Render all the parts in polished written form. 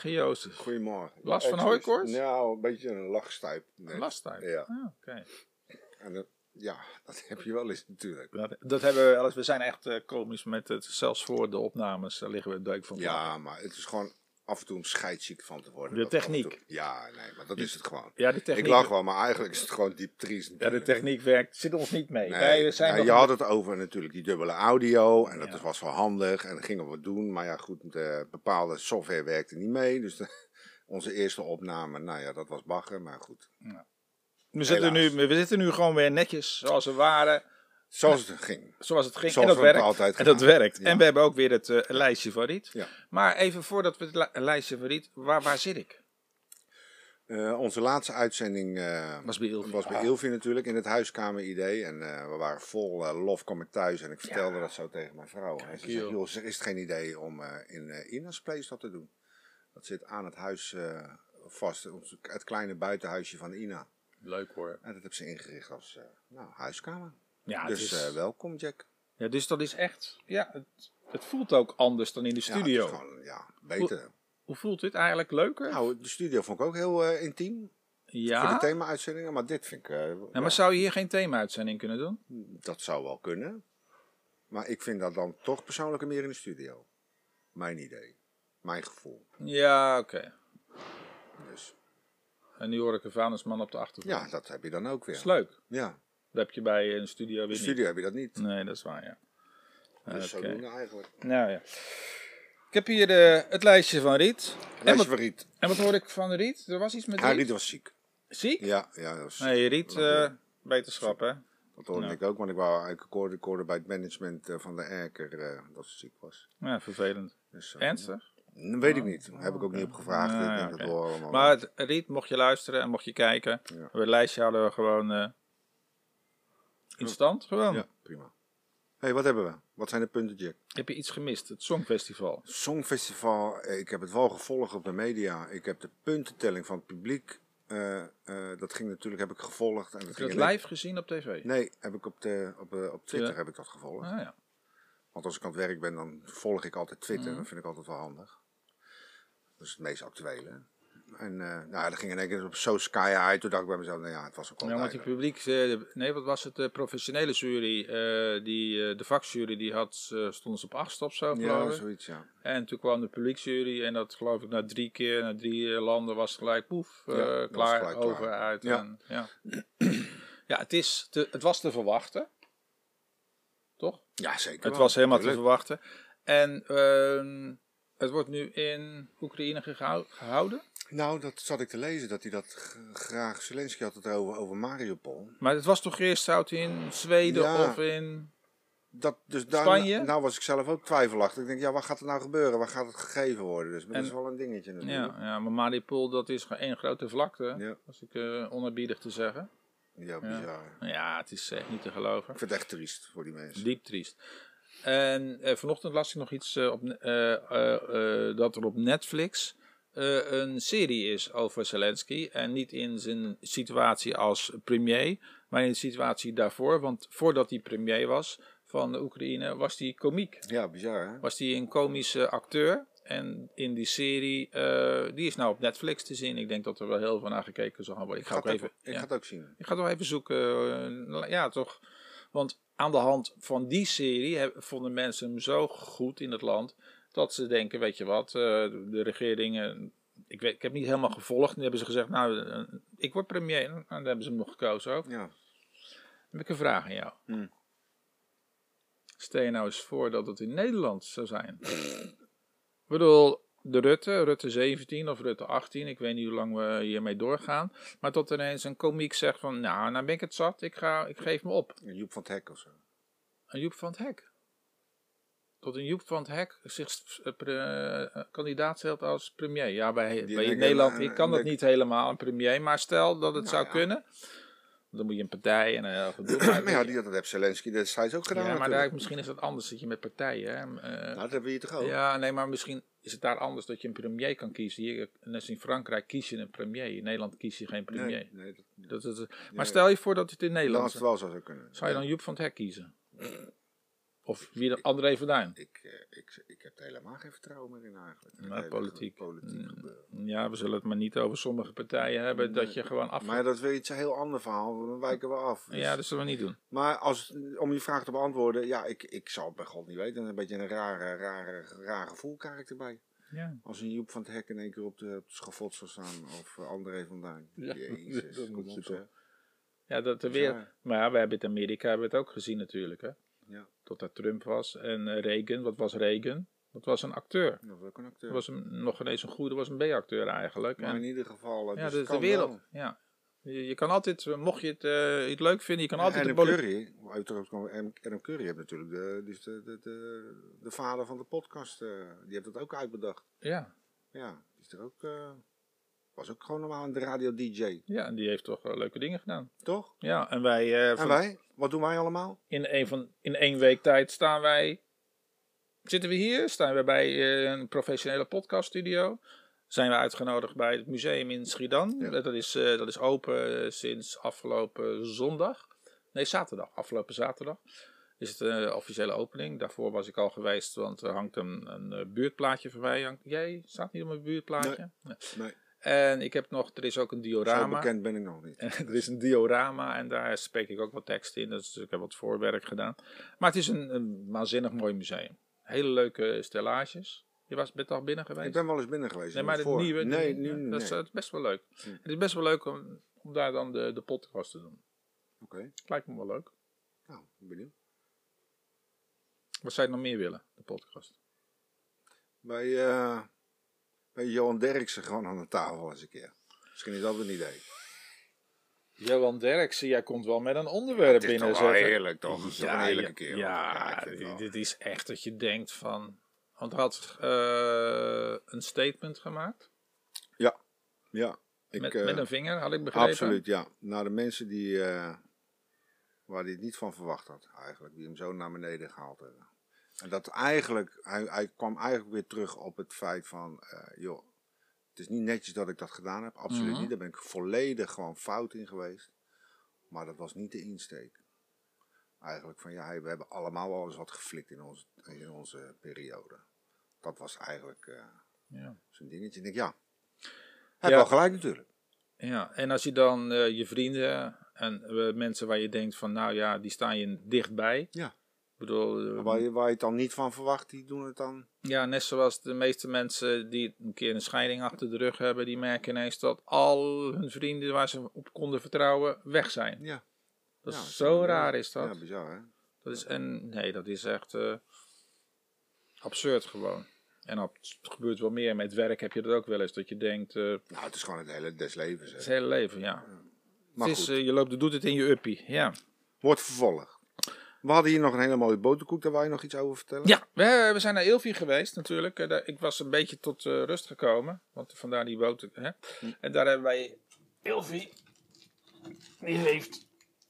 Goedemorgen Jozef. Goedemorgen. Last van hooikoorts? Nou, een beetje een lachstuip. Een lachstuip? Ja. Ah, oké. En dat heb je wel eens natuurlijk. Dat hebben we wel eens. We zijn echt komisch met het. Zelfs voor de opnames liggen we deuk van. Ja, maar het is gewoon af en toe om scheidsziek van te worden. De techniek. Ja, nee, maar dat is het gewoon. Ja, de techniek. Ik lach wel, maar eigenlijk is het gewoon diep triest. Ja, de techniek werkt. Zit ons niet mee. Nee, we zijn nog je had het over natuurlijk die dubbele audio. En dat was wel handig. En dat gingen we doen. Maar ja, goed, bepaalde software werkte niet mee. Dus onze eerste opname, nou ja, dat was bagger. Maar goed. Ja. We zitten nu gewoon weer netjes zoals we waren. Zoals het ging. Zoals het ging. Zoals en dat werkt. altijd en dat werkt. Ja. En we hebben ook weer het lijstje van Riet. Ja. Maar even voordat we het lijstje van Riet. Waar zit ik? Onze laatste uitzending was bij Ilvi natuurlijk, in het huiskamer-idee. En we waren vol lof, kom ik thuis en ik vertelde dat zo tegen mijn vrouw. En ze zei, joh, is het geen idee om in Ina's Place dat te doen? Dat zit aan het huis vast, het kleine buitenhuisje van Ina. Leuk hoor. En dat heb ze ingericht als huiskamer. Ja, dus welkom Jack. Ja, dus dat is echt, het voelt ook anders dan in de studio. Ja, het is gewoon, beter. Hoe voelt dit eigenlijk leuker? Nou, de studio vond ik ook heel intiem. Ja. Voor de thema-uitzendingen, maar dit vind ik... maar zou je hier geen thema-uitzending kunnen doen? Dat zou wel kunnen. Maar ik vind dat dan toch persoonlijker meer in de studio. Mijn idee. Mijn gevoel. Ja, oké. Dus. En nu hoor ik een vuilnisman op de achtergrond. Ja, dat heb je dan ook weer. Dat is leuk. Ja. Dat heb je bij een studio weer niet. In de studio heb je dat niet. Nee, dat is waar, ja. Dus zo doen we eigenlijk. Nou ja. Ik heb hier het lijstje van Riet. Van Riet. En wat hoor ik van Riet? Er was iets met Riet? Riet was ziek. Ziek? Ja, dat was ziek. Nee, Riet, beterschap hè? Dat hoorde ik ook, want ik hoorde bij het management van de Erker dat ze ziek was. Ja, vervelend. Dus, Ernstig? Weet ik niet. Daar heb ik ook niet op gevraagd. Ik denk dat allemaal maar Riet, mocht je luisteren en mocht je kijken. Ja. Het lijstje hadden we gewoon in stand. Gewoon. Ja, prima. Hey, wat hebben we? Wat zijn de punten, Jack? Heb je iets gemist? Het Songfestival. Songfestival, ik heb het wel gevolgd op de media. Ik heb de puntentelling van het publiek. Dat ging natuurlijk, heb ik gevolgd. En heb je dat live gezien op tv? Nee, heb ik op Twitter heb ik dat gevolgd. Ah, ja. Want als ik aan het werk ben, dan volg ik altijd Twitter. Dat vind ik altijd wel handig. Dat is het meest actuele. En dat ging in één keer op zo sky high. Toen dacht ik bij mezelf, nou ja, het was ook wel want die publiek, wat was het? De professionele jury, de vakjury, die stonden ze op 8 of zo, geloof ik. Ja, zoiets, ja. En toen kwam de publieksjury en dat geloof ik na 3 landen was het gelijk poef, klaar, gelijk over, klaar. uit. Ja, en, ja het was te verwachten. Toch? Ja, zeker. Het was helemaal te verwachten. En het wordt nu in Oekraïne gehouden. Nou, dat zat ik te lezen, dat hij dat graag... Zelensky had het over Mariupol. Maar het was toch eerst, zou het in Zweden of in Spanje? Nou was ik zelf ook twijfelachtig. Ik denk, ja, wat gaat er nou gebeuren? Waar gaat het gegeven worden? Dus dat is wel een dingetje natuurlijk. Ja, maar Mariupol, dat is gewoon één grote vlakte. Als ik onerbiedig te zeggen. Ja, bizar. Ja, het is echt niet te geloven. Ik vind het echt triest voor die mensen. Diep triest. En vanochtend las ik nog iets dat er op Netflix een serie is over Zelensky. En niet in zijn situatie als premier, maar in de situatie daarvoor. Want voordat hij premier was van de Oekraïne, was hij komiek. Ja, bizar hè? Was hij een komische acteur. En in die serie, die is nou op Netflix te zien. Ik denk dat er wel heel veel naar gekeken zal gaan worden. Ik ga het ook zien. Ik ga het wel even zoeken. Ja, toch. Want aan de hand van die serie vonden mensen hem zo goed in het land, dat ze denken, weet je wat, de regering, ik heb niet helemaal gevolgd. En hebben ze gezegd, nou, ik word premier. En dan hebben ze hem nog gekozen ook. Ja. Dan heb ik een vraag aan jou. Stel je nou eens voor dat het in Nederland zou zijn. Ik bedoel, de Rutte 17 of Rutte 18, ik weet niet hoe lang we hiermee doorgaan. Maar tot ineens een komiek zegt van, nou ben ik het zat, ik geef me op. Een Joep van het Hek of zo. Een Joep van het Hek. Tot een Joep van het Hek zich kandidaat stelt als premier. Ja, bij Nederland ik kan dat niet helemaal, een premier. Maar stel dat het zou kunnen. Dan moet je een partij en een heel gedoe. Maar ja, dat heeft Zelensky destijds ook gedaan. Ja, maar misschien is dat anders dat je met partijen. Hè? Nou, dat hebben we hier toch ook? Ja, nee, maar misschien is het daar anders dat je een premier kan kiezen. Hier, net in Frankrijk kies je een premier. In Nederland kies je geen premier. Maar stel je voor dat het in Nederland wel zou kunnen. Zou je dan Joep van het Hek kiezen? Of wie dan? André van Duin? Ik heb er helemaal geen vertrouwen meer in eigenlijk. Nou, politiek gebeuren. Ja, we zullen het maar niet over sommige partijen hebben. Dat je gewoon af... Maar dat is weer iets heel ander verhaal. Dan wijken we af. Dus. Ja, dat zullen we niet doen. Maar om je vraag te beantwoorden. Ja, ik zal het bij God niet weten. Een beetje een raar gevoel krijg ik erbij. Ja. Als een Joep van het Hek in één keer op het schavot zou staan. Of André van Duin. Ja, Jezus, dat kom op, zeg. Ja, dat er weer... Maar ja, we hebben het in Amerika hebben we het ook gezien natuurlijk. Hè? Ja. Tot dat Trump was. En Reagan, wat was Reagan? Dat was een acteur. Dat was ook een acteur. Dat was nog ineens een goede, was een B-acteur eigenlijk. Maar in ieder geval... Ja, dus de wereld. Wel. Ja. Je kan altijd, mocht je het leuk vinden, je kan altijd... Adam Curry, Adam Curry heeft natuurlijk de vader van de podcast, die heeft het ook uitbedacht. Ja. Ja, die is er ook, was ook gewoon normaal een radio-dj. Ja, en die heeft toch leuke dingen gedaan. Toch? Ja, en wij... En wij? Wat doen wij allemaal? In 1 week tijd staan wij... Zitten we hier? Staan we bij een professionele podcaststudio. Zijn we uitgenodigd bij het museum in Schiedam. Ja. Dat is open sinds afgelopen zondag. Nee, zaterdag. Afgelopen zaterdag is het een officiële opening. Daarvoor was ik al geweest, want er hangt een buurtplaatje voor mij. Jij staat niet op mijn buurtplaatje? Nee. En er is ook een diorama. Zo bekend ben ik nog niet. Er is een diorama en daar spreek ik ook wat tekst in. Dus ik heb wat voorwerk gedaan. Maar het is een waanzinnig mooi museum. Hele leuke stellages. Je bent al binnen geweest? Ik ben wel eens binnen geweest. Nee, maar het nieuwe? Nee. Dat is best wel leuk. Het is best wel leuk om daar dan de podcast te doen. Oké. Lijkt me wel leuk. Nou, benieuwd. Wat zou je nog meer willen, de podcast? Bij Johan Derksen gewoon aan de tafel eens een keer. Misschien is dat een idee. Johan Derksen, jij komt wel met een onderwerp binnen. Het is toch wel heerlijk, toch? Het is toch een heerlijke kerel. Ja, dit is echt dat je denkt van... Want hij had een statement gemaakt. Ja. Met een vinger, had ik begrepen. Absoluut, ja. Nou, de mensen waar hij het niet van verwacht had, eigenlijk. Die hem zo naar beneden gehaald hebben. En dat eigenlijk, hij kwam eigenlijk weer terug op het feit van, joh, het is niet netjes dat ik dat gedaan heb. Absoluut niet. Daar ben ik volledig gewoon fout in geweest. Maar dat was niet de insteek. Eigenlijk van, ja, we hebben allemaal wel eens wat geflikt in onze periode. Dat was eigenlijk zo'n dingetje. Ik denk, ja, hij heeft wel gelijk natuurlijk. Ja, en als je dan je vrienden en mensen waar je denkt van, nou ja, die staan je dichtbij. Ja. Ik bedoel, waar je het dan niet van verwacht, die doen het dan. Ja, net zoals de meeste mensen die een keer een scheiding achter de rug hebben, die merken ineens dat al hun vrienden waar ze op konden vertrouwen, weg zijn. Ja. Dat is zo raar is dat. Ja, bizar hè. Dat is echt absurd gewoon. En het gebeurt wel meer. Met werk heb je dat ook wel eens. Dat je denkt... nou, het is gewoon het hele des levens. Hè. Het hele leven, ja. Maar het is, je doet het in je uppie, ja. Wordt vervolgd. We hadden hier nog een hele mooie boterkoek. Daar wou je nog iets over vertellen? Ja, we zijn naar Ilfie geweest natuurlijk. Ik was een beetje tot rust gekomen. Want vandaar die boter. Hè? En daar hebben wij Ilfie. Die heeft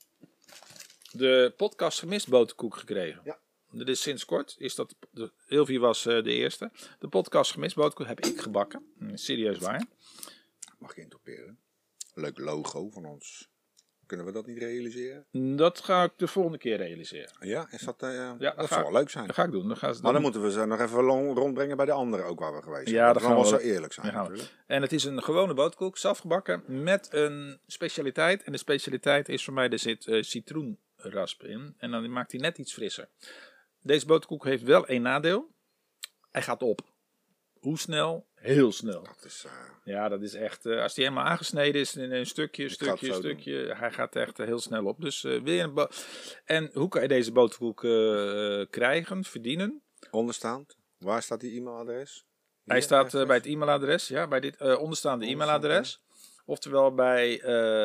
de podcast Gemist boterkoek gekregen. Ja. Dit is sinds kort. Ilfie was de eerste. De podcast Gemist boterkoek heb ik gebakken. Serieus waar. Mag je interperen. Leuk logo van ons. Kunnen we dat niet realiseren? Dat ga ik de volgende keer realiseren. Ja, is dat, dat zou wel leuk zijn. Dat ga ik doen. Maar dan moeten we ze nog even rondbrengen bij de anderen ook waar we geweest zijn. Ja, dat gaan we wel zo eerlijk zijn natuurlijk. En het is een gewone boterkoek, zelf gebakken, met een specialiteit. En de specialiteit is voor mij, er zit citroenrasp in. En dan maakt hij net iets frisser. Deze boterkoek heeft wel één nadeel. Hij gaat op. Hoe snel? Heel snel. Dat is, ja, dat is echt... als die helemaal aangesneden is in een stukje. Hij gaat echt heel snel op. Dus weer en hoe kan je deze boterkoek krijgen, verdienen? Onderstaand. Waar staat die e-mailadres? Hij staat bij het e-mailadres. Ja, bij dit onderstaande e-mailadres. Oftewel bij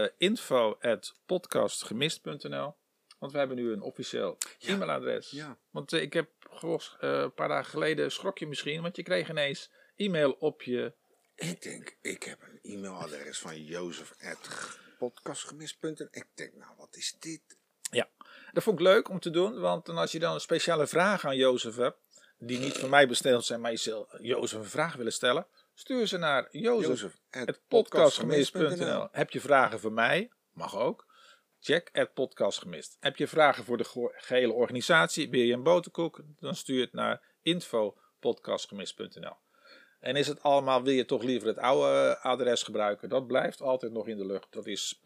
info@podcastgemist.nl. Want we hebben nu een officieel e-mailadres. Ja. Want ik heb een paar dagen geleden, schrok je misschien, want je kreeg ineens e-mail op je... Ik heb een e-mailadres van jozef@podcastgemist.nl. Ik denk, nou, wat is dit? Ja, dat vond ik leuk om te doen, want als je dan een speciale vraag aan Jozef hebt, die niet van mij besteld zijn, maar je zal Jozef een vraag willen stellen, stuur ze naar jozef@podcastgemist.nl. Heb je vragen voor mij? Mag ook. Check @podcastgemist. Heb je vragen voor de gehele organisatie? Ben je een boterkoek? Dan stuur je het naar info@podcastgemist.nl. En is het allemaal, wil je toch liever het oude adres gebruiken? Dat blijft altijd nog in de lucht. Dat is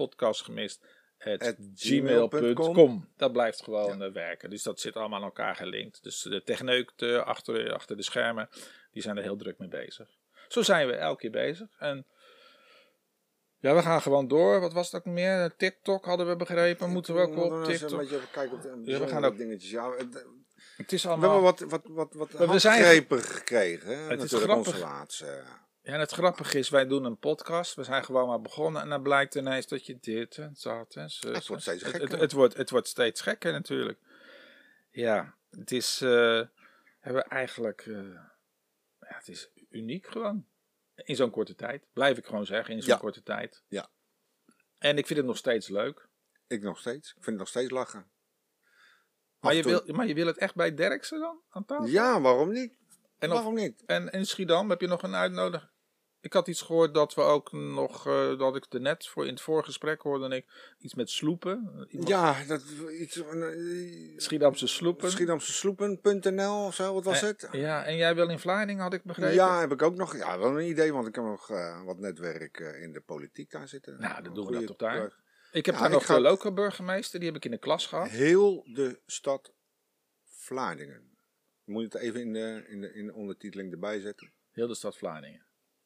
podcastgemist@gmail.com. Dat blijft gewoon werken. Dus dat zit allemaal aan elkaar gelinkt. Dus de techneuk achter de schermen, die zijn er heel druk mee bezig. Zo zijn we elke keer bezig. En ja, we gaan gewoon door. Wat was het ook meer? TikTok hadden we begrepen. Moeten we ook op TikTok? Een beetje even kijken op de we gaan ook dingetjes. Ja, het is allemaal... We hebben wat handgrepen gekregen. Hè? Het is grappig. Ja, en het grappige is, wij doen een podcast. We zijn gewoon maar begonnen. En dan blijkt ineens dat je dit en dat en zo. Het wordt steeds gekker. Het wordt steeds gekker natuurlijk. Ja, het is... hebben eigenlijk... het is uniek gewoon. In zo'n korte tijd. Blijf ik gewoon zeggen. In zo'n korte tijd. Ja. En ik vind het nog steeds leuk. Ik nog steeds. Ik vind het nog steeds lachen. Maar je wil het echt bij Derksen dan? Aan tafel? Ja, waarom niet? Waarom niet? En in Schiedam heb je nog een uitnodiging? Ik had iets gehoord dat we ook nog, dat ik er net in het voorgesprek hoorde ik iets met sloepen. Ja, dat iets. Schiedamse sloepen. Schiedamsesloepen.nl of zo, wat was het? Ja, en jij wil in Vlaardingen, had ik begrepen. Ja, heb ik ook nog. Ja, wel een idee, want ik heb nog wat netwerk in de politiek daar zitten. Nou, dan doen we dat toch daar. Ik heb daar nog de lokale burgemeester, die heb ik in de klas gehad. Heel de stad Vlaardingen. Moet je het even in de ondertiteling erbij zetten? Heel de stad Vlaardingen.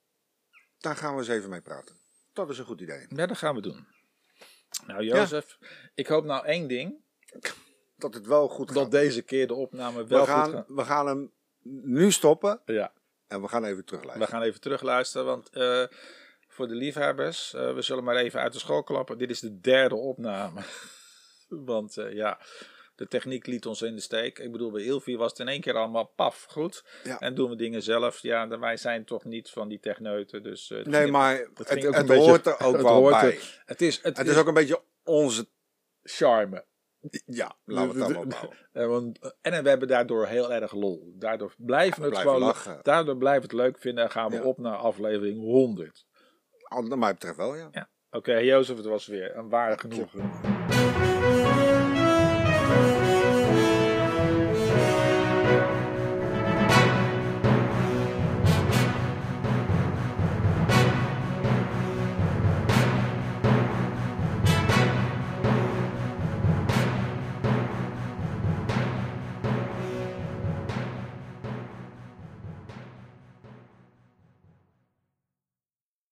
Daar gaan we eens even mee praten. Dat is een goed idee. Ja, dat gaan we doen. Nou, Jozef, ik hoop nou één ding. Dat het wel goed gaat. Dat deze keer de opname wel goed gaat. We gaan hem nu stoppen. Ja. En we gaan even terugluisteren. We gaan even terugluisteren, want voor de liefhebbers, we zullen maar even uit de school klappen. Dit is de derde opname. Want de techniek liet ons in de steek. Ik bedoel, bij Ilvi was het in één keer allemaal paf, goed. Ja. En doen we dingen zelf. Ja, wij zijn toch niet van die techneuten. Dus, maar het hoort er ook wel bij. Het is ook een beetje onze charme. Ja, laten we het allemaal bouwen. En we hebben daardoor heel erg lol. Daardoor blijven we het gewoon lachen. Daardoor blijven we het leuk vinden en gaan we op naar aflevering 100. Wat mij betreft wel, ja. Oké, Jozef, het was weer een ware genoegen.